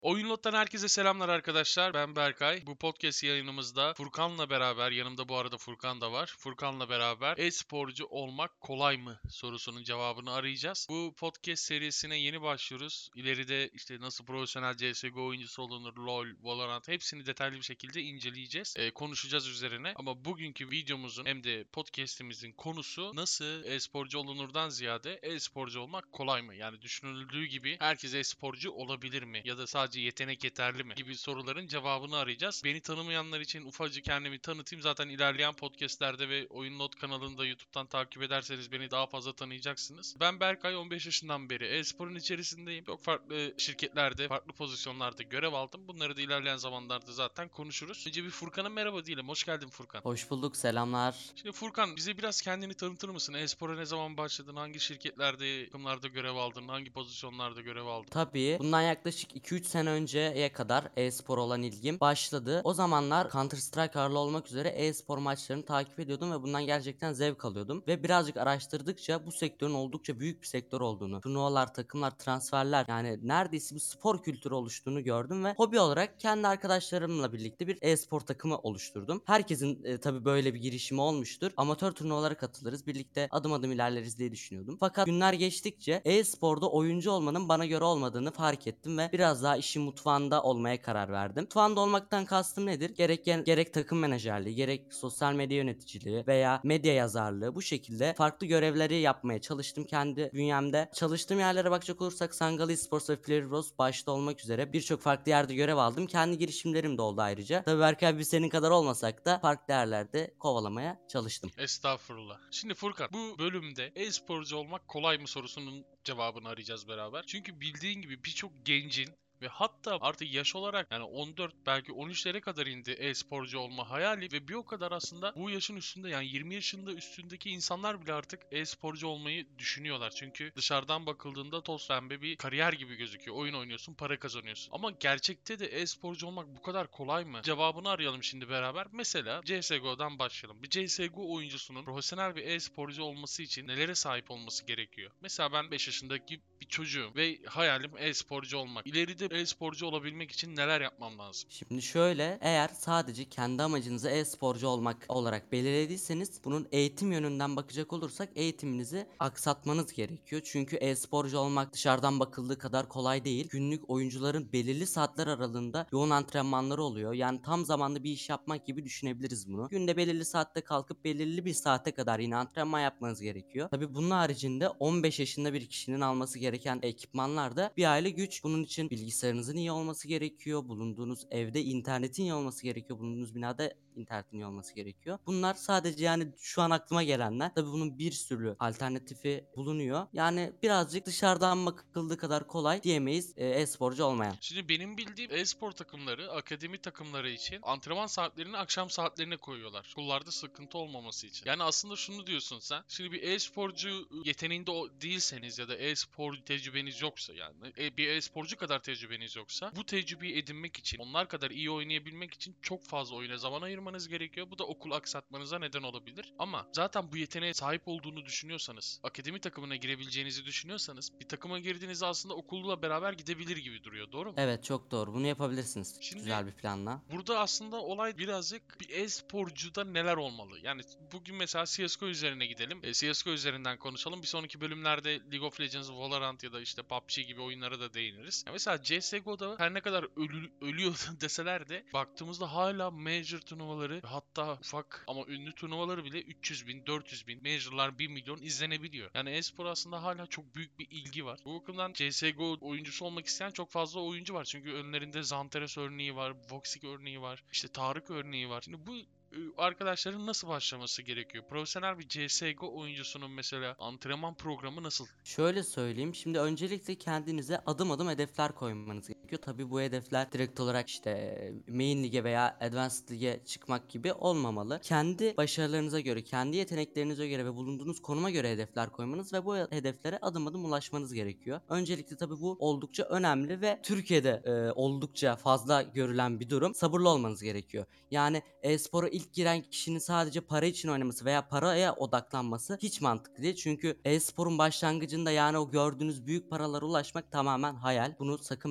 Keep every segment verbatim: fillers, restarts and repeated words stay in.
Oyun Lot'tan herkese selamlar arkadaşlar. Ben Berkay. Bu podcast yayınımızda Furkan'la beraber, yanımda bu arada Furkan da var. Furkan'la beraber e-sporcu olmak kolay mı sorusunun cevabını arayacağız. Bu podcast serisine yeni başlıyoruz. İleride işte nasıl profesyonel C S G O oyuncusu olunur, LoL, Valorant hepsini detaylı bir şekilde inceleyeceğiz. Ee, konuşacağız üzerine. Ama bugünkü videomuzun hem de podcast'imizin konusu nasıl e-sporcu olunurdan ziyade e-sporcu olmak kolay mı? Yani düşünüldüğü gibi herkes e-sporcu olabilir mi? Ya da sadece yetenek yeterli mi? Gibi soruların cevabını arayacağız. Beni tanımayanlar için ufacık kendimi tanıtayım. Zaten ilerleyen podcastlerde ve Oyun Not kanalında YouTube'dan takip ederseniz beni daha fazla tanıyacaksınız. Ben Berkay, on beş yaşından beri e-sporun içerisindeyim. Çok farklı şirketlerde, farklı pozisyonlarda görev aldım. Bunları da ilerleyen zamanlarda zaten konuşuruz. Önce bir Furkan'a merhaba diyelim. Hoş geldin Furkan. Hoş bulduk, selamlar. Şimdi Furkan, bize biraz kendini tanıtır mısın? E-spora ne zaman başladın? Hangi şirketlerde, takımlarda görev aldın? Hangi pozisyonlarda görev aldın? Tabii bundan yaklaşık iki üç sene önceye kadar e-spor olan ilgim başladı. O zamanlar Counter Strike ağırlı olmak üzere e-spor maçlarını takip ediyordum ve bundan gerçekten zevk alıyordum. Ve birazcık araştırdıkça bu sektörün oldukça büyük bir sektör olduğunu, turnuvalar, takımlar, transferler, yani neredeyse bir spor kültürü oluştuğunu gördüm ve hobi olarak kendi arkadaşlarımla birlikte bir e-spor takımı oluşturdum. Herkesin e, tabii böyle bir girişimi olmuştur. Amatör turnuvalara katılırız, birlikte adım adım ilerleriz diye düşünüyordum. Fakat günler geçtikçe e-sporda oyuncu olmanın bana göre olmadığını fark ettim ve biraz daha işin mutfağında olmaya karar verdim. Mutfağında olmaktan kastım nedir? Gerek gerek takım menajerliği, gerek sosyal medya yöneticiliği veya medya yazarlığı, bu şekilde farklı görevleri yapmaya çalıştım kendi bünyemde. Çalıştığım yerlere bakacak olursak Sangalı Esports ve Player Bros başta olmak üzere birçok farklı yerde görev aldım. Kendi girişimlerim de oldu ayrıca. Tabii Berkay, biz senin kadar olmasak da farklı yerlerde kovalamaya çalıştım. Estağfurullah. Şimdi Furkan, bu bölümde e-sporcu olmak kolay mı sorusunun cevabını arayacağız beraber. Çünkü bildiğin gibi birçok gencin ve hatta artık yaş olarak yani on dört belki on üçlere kadar indi e-sporcu olma hayali ve bir o kadar aslında bu yaşın üstünde, yani yirmi yaşında üstündeki insanlar bile artık e-sporcu olmayı düşünüyorlar. Çünkü dışarıdan bakıldığında toz pembe bir kariyer gibi gözüküyor. Oyun oynuyorsun, para kazanıyorsun. Ama gerçekte de e-sporcu olmak bu kadar kolay mı? Cevabını arayalım şimdi beraber. Mesela C S G O'dan başlayalım. Bir C S G O oyuncusunun profesyonel bir e-sporcu olması için nelere sahip olması gerekiyor? Mesela ben beş yaşındaki bir çocuğum ve hayalim e-sporcu olmak. İleride e-sporcu olabilmek için neler yapmam lazım? Şimdi şöyle, eğer sadece kendi amacınızı e-sporcu olmak olarak belirlediyseniz bunun eğitim yönünden bakacak olursak eğitiminizi aksatmanız gerekiyor. Çünkü e-sporcu olmak dışarıdan bakıldığı kadar kolay değil. Günlük oyuncuların belirli saatler aralığında yoğun antrenmanları oluyor. Yani tam zamanlı bir iş yapmak gibi düşünebiliriz bunu. Günde belirli saatte kalkıp belirli bir saate kadar yine antrenman yapmanız gerekiyor. Tabii bunun haricinde on beş yaşında bir kişinin alması gereken ekipmanlar da bir aile güç. Bunun için bilgisayarınızın iyi olması gerekiyor. Bulunduğunuz evde internetin iyi olması gerekiyor. Bulunduğunuz binada internetin iyi olması gerekiyor. Bunlar sadece yani şu an aklıma gelenler. Tabii bunun bir sürü alternatifi bulunuyor. Yani birazcık dışarıdan bakıldığı kadar kolay diyemeyiz e, e-sporcu olmaya. Şimdi benim bildiğim e-spor takımları, akademi takımları için antrenman saatlerini akşam saatlerine koyuyorlar. Okullarda sıkıntı olmaması için. Yani aslında şunu diyorsun sen. Şimdi bir e-sporcu yeteneğinde o değilseniz ya da e-spor tecrübeniz yoksa, yani e- bir e-sporcu kadar tecrübeniz yoksa, bu tecrübeyi edinmek için, onlar kadar iyi oynayabilmek için çok fazla oyuna zaman ayırmanız gerekiyor. Bu da okul aksatmanıza neden olabilir. Ama zaten bu yeteneğe sahip olduğunu düşünüyorsanız, akademi takımına girebileceğinizi düşünüyorsanız, bir takıma girdiğinizde aslında okulla beraber gidebilir gibi duruyor. Doğru mu? Evet, çok doğru. Bunu yapabilirsiniz Şimdi güzel bir planla. burada aslında olay birazcık bir e-sporcuda neler olmalı? Yani bugün mesela C S G O üzerine gidelim. E, C S G O üzerinden konuşalım. Bir sonraki bölümlerde League of Legends, Valorant ya da işte P U B G gibi oyunlara da değiniriz. Ya mesela C S G O'da her ne kadar ölü, ölüyor deseler de baktığımızda hala Major turnuvaları, hatta ufak ama ünlü turnuvaları bile üç yüz bin, dört yüz bin, Major'lar bir milyon izlenebiliyor. Yani e-spor aslında hala çok büyük bir ilgi var. Bu bakımdan C S G O oyuncusu olmak isteyen çok fazla oyuncu var. Çünkü önlerinde Zanteres örneği var, Voxic örneği var, işte Tarık örneği var. Şimdi bu e, arkadaşların nasıl başlaması gerekiyor? Profesyonel bir C S G O oyuncusunun mesela antrenman programı nasıl? Şöyle söyleyeyim. Şimdi öncelikle kendinize adım adım hedefler koymanız gerekiyor. Tabii bu hedefler direkt olarak işte main lige veya advanced lige çıkmak gibi olmamalı. Kendi başarılarınıza göre, kendi yeteneklerinize göre ve bulunduğunuz konuma göre hedefler koymanız ve bu hedeflere adım adım ulaşmanız gerekiyor. Öncelikle tabii bu oldukça önemli ve Türkiye'de e, oldukça fazla görülen bir durum. Sabırlı olmanız gerekiyor. Yani e-spora ilk giren kişinin sadece para için oynaması veya paraya odaklanması hiç mantıklı değil. Çünkü e-sporun başlangıcında yani o gördüğünüz büyük paralara ulaşmak tamamen hayal. Bunu sakın beklemeyin.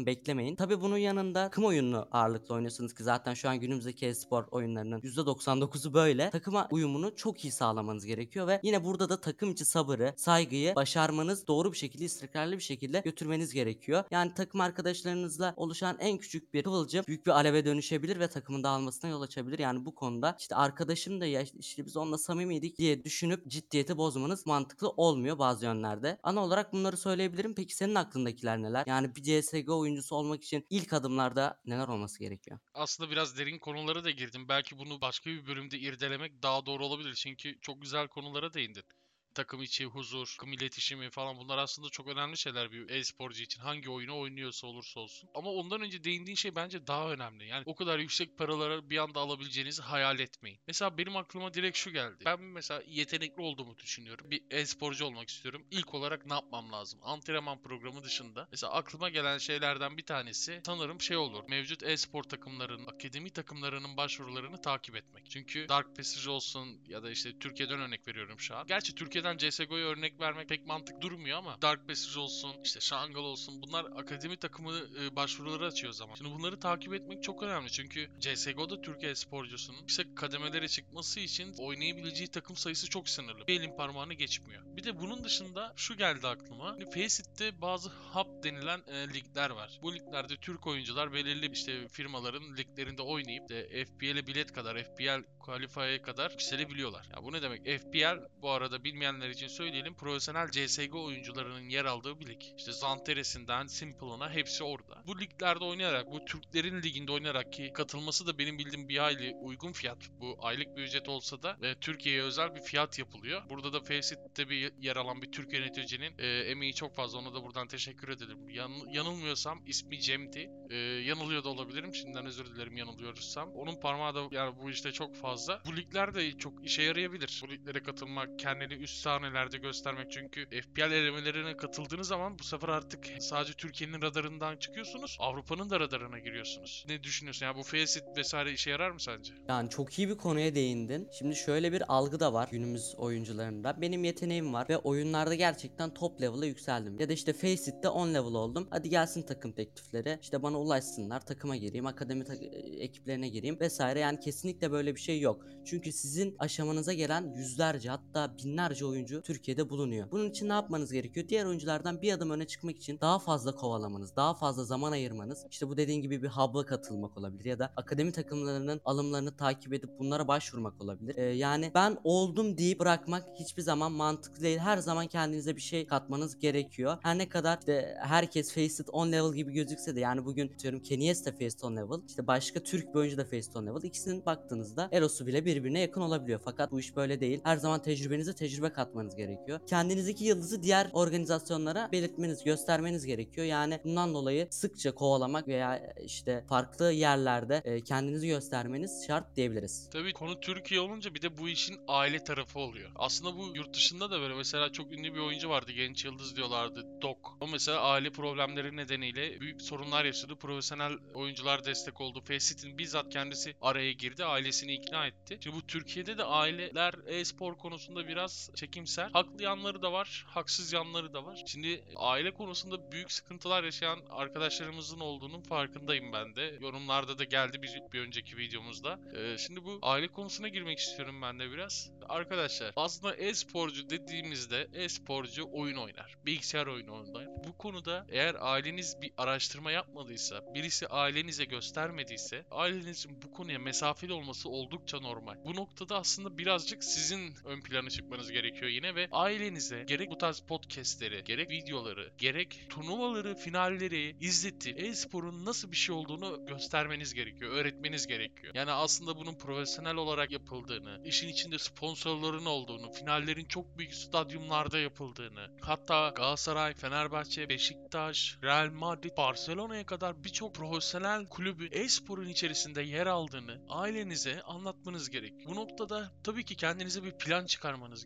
düşünmeyin. Tabi bunun yanında takım oyununu ağırlıklı oynuyorsunuz ki zaten şu an günümüzdeki e-spor oyunlarının yüzde doksan dokuzu böyle. Takıma uyumunu çok iyi sağlamanız gerekiyor ve yine burada da takım içi sabırı, saygıyı başarmanız, doğru bir şekilde, istikrarlı bir şekilde götürmeniz gerekiyor. Yani takım arkadaşlarınızla oluşan en küçük bir kıvılcım büyük bir aleve dönüşebilir ve takımın dağılmasına yol açabilir. Yani bu konuda işte arkadaşım da ya işte biz onunla samimiydik diye düşünüp ciddiyeti bozmanız mantıklı olmuyor bazı yönlerde. Ana olarak bunları söyleyebilirim. Peki senin aklındakiler neler? Yani bir C S G O oyuncusu olmak için ilk adımlarda neler olması gerekiyor? Aslında biraz derin konulara da girdim. Belki bunu başka bir bölümde irdelemek daha doğru olabilir. Çünkü çok güzel konulara değindin. Takım içi huzur, takım iletişimi falan, bunlar aslında çok önemli şeyler bir e-sporcu için. Hangi oyunu oynuyorsa olursa olsun. Ama ondan önce değindiğin şey bence daha önemli. Yani o kadar yüksek paralara bir anda alabileceğinizi hayal etmeyin. Mesela benim aklıma direkt şu geldi. Ben mesela yetenekli olduğumu düşünüyorum. Bir e-sporcu olmak istiyorum. İlk olarak ne yapmam lazım? Antrenman programı dışında. Mesela aklıma gelen şeylerden bir tanesi sanırım şey olur. Mevcut e-spor takımlarının, akademi takımlarının başvurularını takip etmek. Çünkü Dark Passage olsun ya da işte Türkiye'den örnek veriyorum şu an. Gerçi Türkiye'den C S G O'ya örnek vermek pek mantık durmuyor ama Dark Passage olsun, işte Shanghai olsun, bunlar akademi takımı e, başvuruları açıyor o zaman. Şimdi bunları takip etmek çok önemli çünkü C S G O'da Türkiye sporcusunun yüksek kademelere çıkması için oynayabileceği takım sayısı çok sınırlı. Bir elin parmağını geçmiyor. Bir de bunun dışında şu geldi aklıma. Faceit bazı hub denilen e, ligler var. Bu liglerde Türk oyuncular belirli işte firmaların liglerinde oynayıp de F P L'e bilet kadar, F P L Qualify'e kadar yükselebiliyorlar. Ya bu ne demek? F P L, bu arada bilmeyenler için söyleyelim, profesyonel C S G O oyuncularının yer aldığı bir lig. İşte Zanteres'inden Simple'ına hepsi orada. Bu liglerde oynayarak, bu Türklerin liginde oynayarak, ki katılması da benim bildiğim bir hayli uygun fiyat. Bu aylık bir ücret olsa da e, Türkiye'ye özel bir fiyat yapılıyor. Burada da Faceit'te bir yer alan bir Türk yöneticinin e, emeği çok fazla. Ona da buradan teşekkür ederim. Yan, yanılmıyorsam ismi Cem'ti. E, yanılıyor da olabilirim. Şimdiden özür dilerim yanılıyorsam. Onun parmağı da yani bu işte çok fazla. Bu ligler de çok işe yarayabilir. Bu liglere katılmak, kendini üst sahnelerde göstermek. Çünkü F P L elemelerine katıldığınız zaman bu sefer artık sadece Türkiye'nin radarından çıkıyorsunuz. Avrupa'nın da radarına giriyorsunuz. Ne düşünüyorsun? Yani bu Faceit vesaire işe yarar mı sence? Yani çok iyi bir konuya değindin. Şimdi şöyle bir algı da var günümüz oyuncularında. Benim yeteneğim var ve oyunlarda gerçekten top level'a yükseldim. Ya da işte Faceit'te on level oldum. Hadi gelsin takım teklifleri. İşte bana ulaşsınlar, takıma gireyim, akademi ta- ekiplerine gireyim vesaire. Yani kesinlikle böyle bir şey yok. Çünkü sizin aşamanıza gelen yüzlerce, hatta binlerce oyuncu Türkiye'de bulunuyor. Bunun için ne yapmanız gerekiyor? Diğer oyunculardan bir adım öne çıkmak için daha fazla kovalamanız, daha fazla zaman ayırmanız. İşte bu dediğin gibi bir hub'a katılmak olabilir ya da akademi takımlarının alımlarını takip edip bunlara başvurmak olabilir. Ee, yani ben oldum deyip bırakmak hiçbir zaman mantıklı değil. Her zaman kendinize bir şey katmanız gerekiyor. Her ne kadar işte herkes Faceit on level gibi gözükse de, yani bugün diyorum Kenyes de Faceit on level, işte başka Türk bir oyuncu da Faceit on level. İkisinin baktığınızda Eros'u bile birbirine yakın olabiliyor. Fakat bu iş böyle değil. Her zaman tecrübenize tecrübe katmanız gerekiyor. Kendinizdeki yıldızı diğer organizasyonlara belirtmeniz, göstermeniz gerekiyor. Yani bundan dolayı sıkça kovalamak veya işte farklı yerlerde e, kendinizi göstermeniz şart diyebiliriz. Tabii konu Türkiye olunca bir de bu işin aile tarafı oluyor. Aslında bu yurt dışında da böyle, mesela çok ünlü bir oyuncu vardı, genç yıldız diyorlardı, Dok. O mesela aile problemleri nedeniyle büyük sorunlar yaşadı. Profesyonel oyuncular destek oldu. Faceit'in bizzat kendisi araya girdi, ailesini ikna etti. Şimdi bu Türkiye'de de aileler e-spor konusunda biraz çekimser. Haklı yanları da var, haksız yanları da var. Şimdi aile konusunda büyük sıkıntılar yaşayan arkadaşlarımızın olduğunun farkındayım ben de. Yorumlarda da geldi bir, bir önceki videomuzda. Ee, şimdi bu aile konusuna girmek istiyorum ben de biraz. Arkadaşlar aslında e-sporcu dediğimizde e-sporcu oyun oynar. Bilgisayar oyunu oynar. Bu konuda eğer aileniz bir araştırma yapmadıysa, birisi ailenize göstermediyse, ailenizin bu konuya mesafeli olması oldukça normal. Bu noktada aslında birazcık sizin ön plana çıkmanız gerekiyor yine ve ailenize gerek bu tarz podcastleri, gerek videoları, gerek turnuvaları, finalleri izletip e-sporun nasıl bir şey olduğunu göstermeniz gerekiyor, öğretmeniz gerekiyor. Yani aslında bunun profesyonel olarak yapıldığını, işin içinde sponsorların olduğunu, finallerin çok büyük stadyumlarda yapıldığını, hatta Galatasaray, Fenerbahçe, Beşiktaş, Real Madrid, Barcelona'ya kadar birçok profesyonel kulübü e-sporun içerisinde yer aldığını ailenize anlatmanız gerekiyor. Bu noktada tabii ki kendinize bir plan çıkarmanız gerekiyor.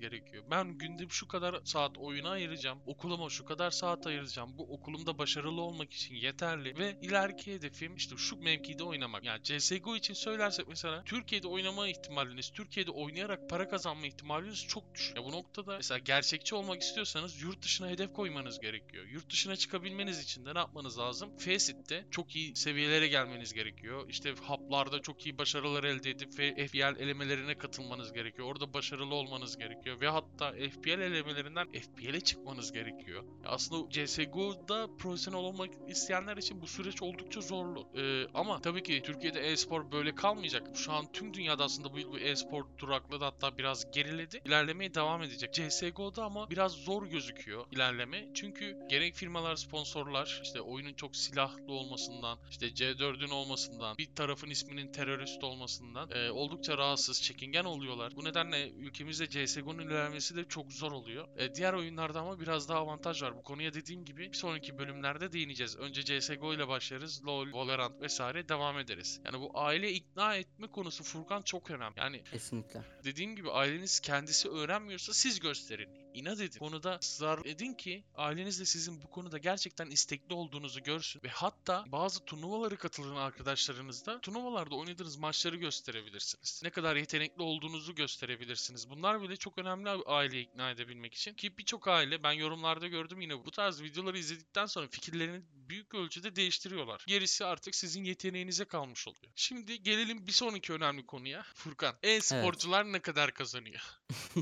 Ben günde şu kadar saat oyuna ayıracağım. Okuluma şu kadar saat ayıracağım. Bu okulumda başarılı olmak için yeterli ve ileriki hedefim işte şu mevkide oynamak. Yani C S G O için söylersek mesela Türkiye'de oynama ihtimaliniz, Türkiye'de oynayarak para kazanma ihtimaliniz çok düşük. Ya bu noktada mesela gerçekçi olmak istiyorsanız yurt dışına hedef koymanız gerekiyor. Yurt dışına çıkabilmeniz için de ne yapmanız lazım? Facet'te çok iyi seviyelere gelmeniz gerekiyor. İşte hub'larda çok iyi başarılar elde edip ve F P L elemelerine katılmanız gerekiyor. Orada başarılı olmanız gerekiyor ve hatta F P L elemelerinden F P L'e çıkmanız gerekiyor. Ya aslında C S G O'da profesyonel olmak isteyenler için bu süreç oldukça zorlu. Ee, ama tabii ki Türkiye'de e-spor böyle kalmayacak. Şu an tüm dünyada aslında bu, bu e-spor durakladı, hatta biraz geriledi. İlerlemeye devam edecek. C S G O'da ama biraz zor gözüküyor ilerleme. Çünkü gerek firmalar, sponsorlar, işte oyunun çok silahlı olmasından, işte C dördün olmasından, bir tarafın isminin terörist olmasından e, oldukça rahatsız, çekingen oluyorlar. Bu nedenle ülkemizde C S G O'nun ilerlemesi de çok zor oluyor. E, diğer oyunlarda ama biraz daha avantaj var. Bu konuya dediğim gibi bir sonraki bölümlerde değineceğiz. Önce C S G O ile başlarız. LoL, Valorant vesaire devam ederiz. Yani bu aile ikna etme konusu Furkan çok önemli. Yani Kesinlikle. dediğim gibi aileniz kendisi öğrenmiyorsa siz gösterin. İnat edin. Konuda ısrar edin ki aileniz de sizin bu konuda gerçekten istekli olduğunuzu görsün. Ve hatta bazı turnuvaları katılın arkadaşlarınızda. Turnuvalarda oynadığınız maçları gösterebilirsiniz. Ne kadar yetenekli olduğunuzu gösterebilirsiniz. Bunlar bile çok önemli aileyi ikna edebilmek için. Ki birçok aile, ben yorumlarda gördüm, yine bu tarz videoları izledikten sonra fikirlerini büyük ölçüde değiştiriyorlar. Gerisi artık sizin yeteneğinize kalmış oluyor. Şimdi gelelim bir sonraki önemli konuya. Furkan, Evet. e-sporcular ne kadar kazanıyor?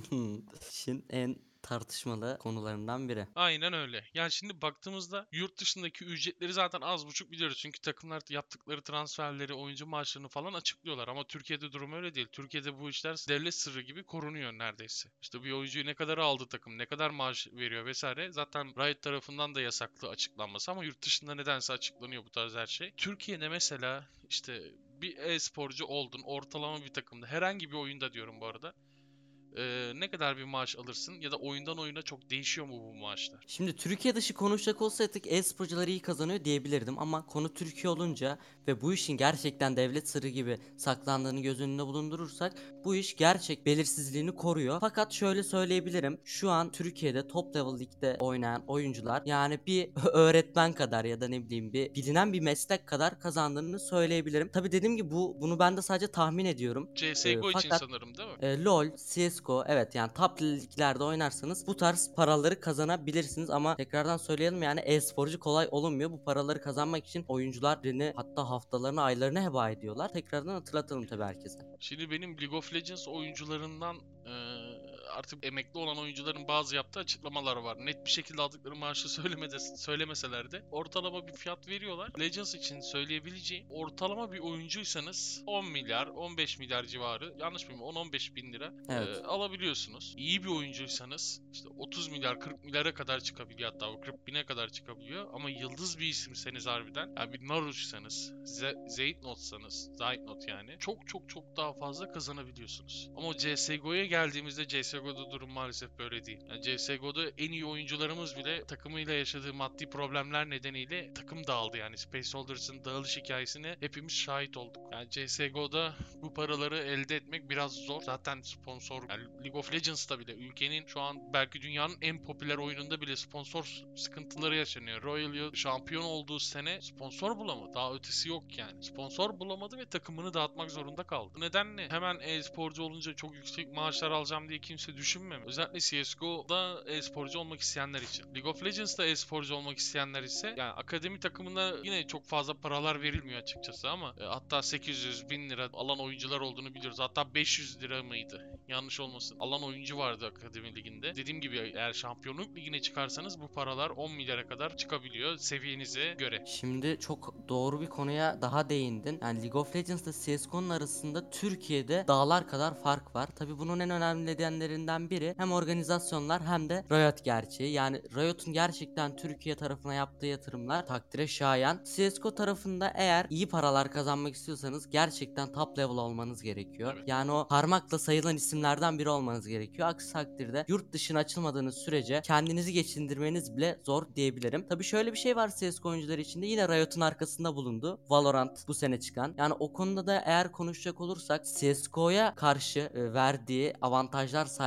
İşin en tartışmalı konularından biri. Aynen öyle. Yani şimdi baktığımızda yurt dışındaki ücretleri zaten az buçuk biliyoruz. Çünkü takımlar yaptıkları transferleri, oyuncu maaşlarını falan açıklıyorlar. Ama Türkiye'de durum öyle değil. Türkiye'de bu işler devlet sırrı gibi korunuyor neredeyse. İşte bir oyuncuyu ne kadar aldı takım, ne kadar maaş veriyor vesaire. Zaten Riot tarafından da yasaklı açıklanması ama yurt dışında nedense açıklanıyor bu tarz her şey. Türkiye'de mesela işte bir e-sporcu oldun, ortalama bir takımda, herhangi bir oyunda diyorum bu arada. Ee, ne kadar bir maaş alırsın ya da oyundan oyuna çok değişiyor mu bu maaşlar? Şimdi Türkiye dışı konuşacak olsaydık e-sporcular iyi kazanıyor diyebilirdim ama konu Türkiye olunca ve bu işin gerçekten devlet sırrı gibi saklandığını göz önünde bulundurursak bu iş gerçek belirsizliğini koruyor. Fakat şöyle söyleyebilirim, şu an Türkiye'de top level ligde oynayan oyuncular yani bir öğretmen kadar ya da ne bileyim bir bilinen bir meslek kadar kazandığını söyleyebilirim. Tabi dediğim gibi bu bunu ben de sadece tahmin ediyorum. Ee, C S G O için fakat sanırım, değil mi? e, LoL, C S G O, evet yani top liglerde oynarsanız bu tarz paraları kazanabilirsiniz ama tekrardan söyleyelim yani e-sporcu kolay olunmuyor. Bu paraları kazanmak için oyuncular birini hatta haftalarını aylarını heba ediyorlar. Tekrardan hatırlatalım tabii herkese. Şimdi benim League of Legends oyuncularından eee, artık emekli olan oyuncuların bazı yaptığı açıklamalar var. Net bir şekilde aldıkları maaşı söylemede, söylemeseler de ortalama bir fiyat veriyorlar. Legends için söyleyebileceğim, ortalama bir oyuncuysanız on milyar, on beş milyar civarı, yanlış bilmiyorum, on on beş bin lira eee, Evet. alabiliyorsunuz. İyi bir oyuncuysanız işte otuz milyar, kırk milyara kadar çıkabiliyor, hatta kırk bine kadar çıkabiliyor. Ama yıldız bir isimseniz harbiden, yani bir Naruto'sanız, Zeytnot'sanız, Zeytnot yani çok çok çok daha fazla kazanabiliyorsunuz. Ama o C S G O'ya geldiğimizde C S G O'da durum maalesef böyle değil. Yani C S G O'da en iyi oyuncularımız bile takımıyla yaşadığı maddi problemler nedeniyle takım dağıldı. Yani Space Soldiers'ın dağılış hikayesine hepimiz şahit olduk. Yani C S G O'da bu paraları elde etmek biraz zor. Zaten sponsor, yani League of Legends'ta bile, ülkenin şu an belki dünyanın en popüler oyununda bile sponsor sıkıntıları yaşanıyor. Royal Youth şampiyon olduğu sene sponsor bulamadı. Daha ötesi yok yani. Sponsor bulamadı ve takımını dağıtmak zorunda kaldı. Bu nedenle hemen e-sporcu olunca çok yüksek maaşlar alacağım diye kimse düşünmemiyor. Özellikle C S G O'da e-sporcu olmak isteyenler için. League of Legends'da e-sporcu olmak isteyenler ise yani akademi takımına yine çok fazla paralar verilmiyor açıkçası ama e, hatta sekiz yüz bin lira alan oyuncular olduğunu biliyoruz. Hatta beş yüz lira mıydı? Yanlış olmasın. Alan oyuncu vardı akademi liginde. Dediğim gibi eğer şampiyonluk ligine çıkarsanız bu paralar on milyara kadar çıkabiliyor seviyenize göre. Şimdi çok doğru bir konuya daha değindin. Yani League of Legends'la C S G O'nun arasında Türkiye'de dağlar kadar fark var. Tabii bunun en önemli nedenlerinden biri hem organizasyonlar hem de Riot gerçeği. Yani Riot'un gerçekten Türkiye tarafına yaptığı yatırımlar takdire şayan. C S G O tarafında eğer iyi paralar kazanmak istiyorsanız gerçekten top level olmanız gerekiyor. Evet. Yani o parmakla sayılan isimlerden biri olmanız gerekiyor. Aksi takdirde yurt dışına açılmadığınız sürece kendinizi geçindirmeniz bile zor diyebilirim. Tabii şöyle bir şey var C S G O oyuncuları içinde, yine Riot'un arkasında bulundu. Valorant bu sene çıkan. Yani o konuda da eğer konuşacak olursak C S G O'ya karşı e, verdiği avantajlar sayesinde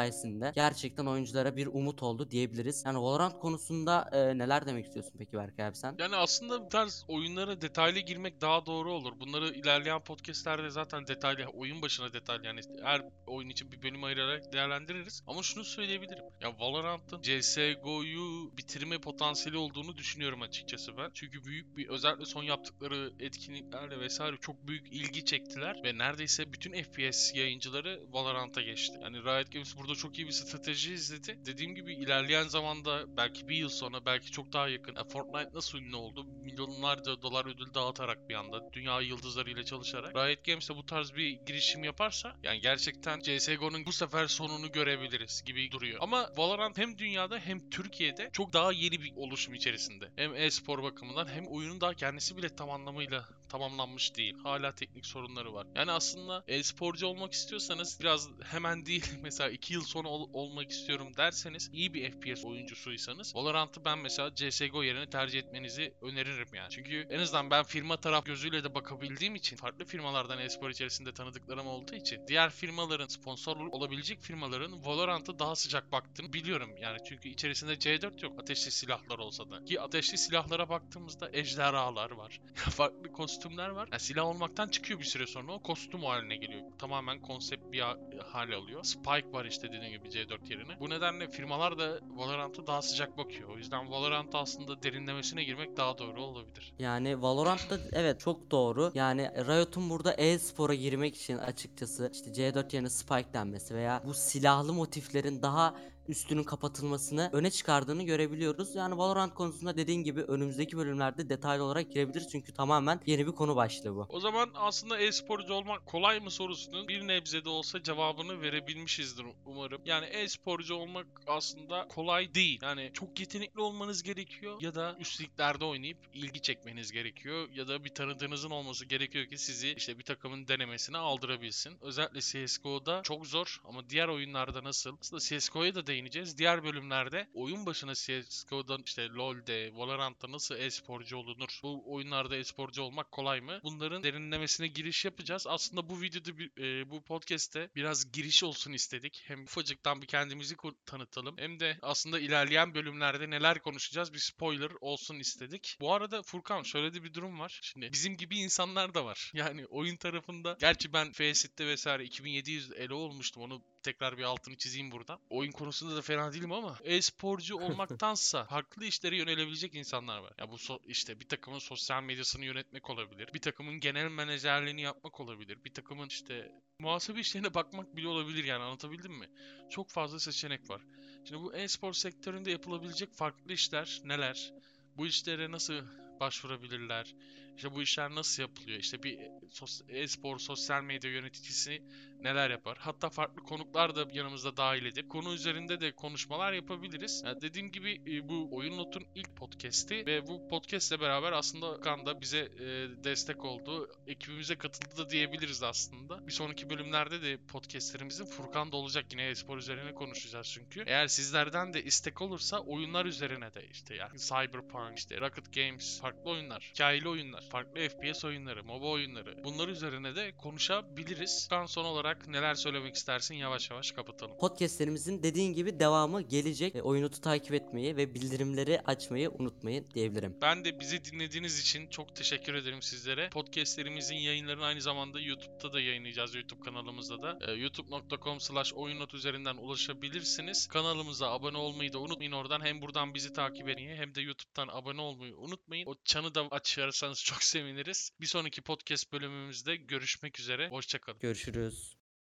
sayesinde gerçekten oyunculara bir umut oldu diyebiliriz. Yani Valorant konusunda e, neler demek istiyorsun peki Berkay abi sen? Yani aslında bu tarz oyunlara detaylı girmek daha doğru olur. Bunları ilerleyen podcastlerde zaten detaylı, oyun başına detaylı, yani her oyun için bir bölüm ayırarak değerlendiririz. Ama şunu söyleyebilirim. Ya Valorant'ın C S G O'yu bitirme potansiyeli olduğunu düşünüyorum açıkçası ben. Çünkü büyük bir, özellikle son yaptıkları etkinliklerle vesaire çok büyük ilgi çektiler ve neredeyse bütün F P S yayıncıları Valorant'a geçti. Yani Riot Games burada çok iyi bir strateji izledi. Dediğim gibi ilerleyen zamanda, belki bir yıl sonra, belki çok daha yakın, e, Fortnite nasıl ünlü oldu? Milyonlarca dolar ödül dağıtarak, bir anda dünya yıldızlarıyla çalışarak. Riot Games de bu tarz bir girişim yaparsa yani gerçekten C S G O'nun bu sefer sonunu görebiliriz gibi duruyor. Ama Valorant hem dünyada hem Türkiye'de çok daha yeni bir oluşum içerisinde. Hem e-spor bakımından hem oyunun daha kendisi bile tam anlamıyla tamamlanmış değil. Hala teknik sorunları var. Yani aslında e-sporcu olmak istiyorsanız, biraz hemen değil mesela iki yıl sonra ol- olmak istiyorum derseniz, iyi bir F P S oyuncusuysanız Valorant'ı ben mesela C S G O yerine tercih etmenizi öneririm yani. Çünkü en azından ben firma taraf gözüyle de bakabildiğim için, farklı firmalardan e-spor içerisinde tanıdıklarım olduğu için, diğer firmaların, sponsor olabilecek firmaların Valorant'a daha sıcak baktığını biliyorum yani. Çünkü içerisinde C dört yok, ateşli silahlar olsa da. Ki ateşli silahlara baktığımızda ejderhalar var. Farklı kostümler var. Yani silah olmaktan çıkıyor bir süre sonra, o kostüm haline geliyor. Tamamen konsept bir ha- hal alıyor. Spike var işte, dediğim gibi C dört yerine. Bu nedenle firmalar da Valorant'a daha sıcak bakıyor. O yüzden Valorant aslında derinlemesine girmek daha doğru olabilir. Yani Valorant'ta evet çok doğru. Yani Riot'un burada e-spora girmek için açıkçası işte C dört yerine Spike denmesi veya bu silahlı motiflerin daha üstünün kapatılmasını öne çıkardığını görebiliyoruz. Yani Valorant konusunda dediğin gibi önümüzdeki bölümlerde detaylı olarak girebiliriz çünkü tamamen yeni bir konu başlığı bu. O zaman aslında e-sporcu olmak kolay mı sorusunun bir nebze de olsa cevabını verebilmişizdir umarım. Yani e-sporcu olmak aslında kolay değil. Yani çok yetenekli olmanız gerekiyor ya da üst liglerde oynayıp ilgi çekmeniz gerekiyor ya da bir tanıdığınızın olması gerekiyor ki sizi işte bir takımın denemesine aldırabilsin. Özellikle C S G O'da çok zor, ama diğer oyunlarda nasıl? Aslında C S G O'ya da değineceğiz. Diğer bölümlerde oyun başına C S G O'dan, işte LoL'de, Valorant'ta nasıl e-sporcu olunur? Bu oyunlarda e-sporcu olmak kolay mı? Bunların derinlemesine giriş yapacağız. Aslında bu videoda, bir, e, bu podcast'te biraz giriş olsun istedik. Hem ufacıktan bir kendimizi ko- tanıtalım, hem de aslında ilerleyen bölümlerde neler konuşacağız bir spoiler olsun istedik. Bu arada Furkan, şöyle de bir durum var. Şimdi bizim gibi insanlar da var. Yani oyun tarafında, gerçi ben Faceit vesaire iki bin yedi yüz elo olmuştum. Onu tekrar bir altını çizeyim burada. Oyun konusunda da fena değilim, ama e-sporcu olmaktansa farklı işlere yönelebilecek insanlar var. Ya bu so- işte bir takımın sosyal medyasını yönetmek olabilir. Bir takımın genel menajerliğini yapmak olabilir. Bir takımın işte muhasebe işlerine bakmak bile olabilir, yani anlatabildim mi? Çok fazla seçenek var. Şimdi bu e-spor sektöründe yapılabilecek farklı işler neler? Bu işlere nasıl başvurabilirler? İşte bu işler nasıl yapılıyor? İşte bir sos- e-spor sosyal medya yöneticisi neler yapar? Hatta farklı konuklar da yanımızda dahil edip konu üzerinde de konuşmalar yapabiliriz. Yani dediğim gibi e, bu Oyun Not'un ilk podcast'i ve bu podcast'le beraber aslında Okan da bize e, destek oldu. Ekibimize katıldı da diyebiliriz aslında. Bir sonraki bölümlerde de podcast'lerimizin Furkan da olacak. Yine e-spor üzerine konuşacağız çünkü. Eğer sizlerden de istek olursa oyunlar üzerine de, işte yani Cyberpunk, işte Rocket Games, farklı oyunlar, hikayeli oyunlar, farklı F P S oyunları, MOBA oyunları, bunlar üzerine de konuşabiliriz. Furkan, son olarak neler söylemek istersin? Yavaş yavaş kapatalım. Podcastlerimizin dediğin gibi devamı gelecek. E, oyunu takip etmeyi ve bildirimleri açmayı unutmayın diyebilirim. Ben de bizi dinlediğiniz için çok teşekkür ederim sizlere. Podcastlerimizin yayınlarını aynı zamanda YouTube'da da yayınlayacağız, YouTube kanalımızda da. Ee, youtube nokta com slash oyunnot üzerinden ulaşabilirsiniz. Kanalımıza abone olmayı da unutmayın oradan. Hem buradan bizi takip etmeyi hem de YouTube'dan abone olmayı unutmayın. O çanı da açarsanız çok seviniriz. Bir sonraki podcast bölümümüzde görüşmek üzere. Hoşçakalın. Görüşürüz.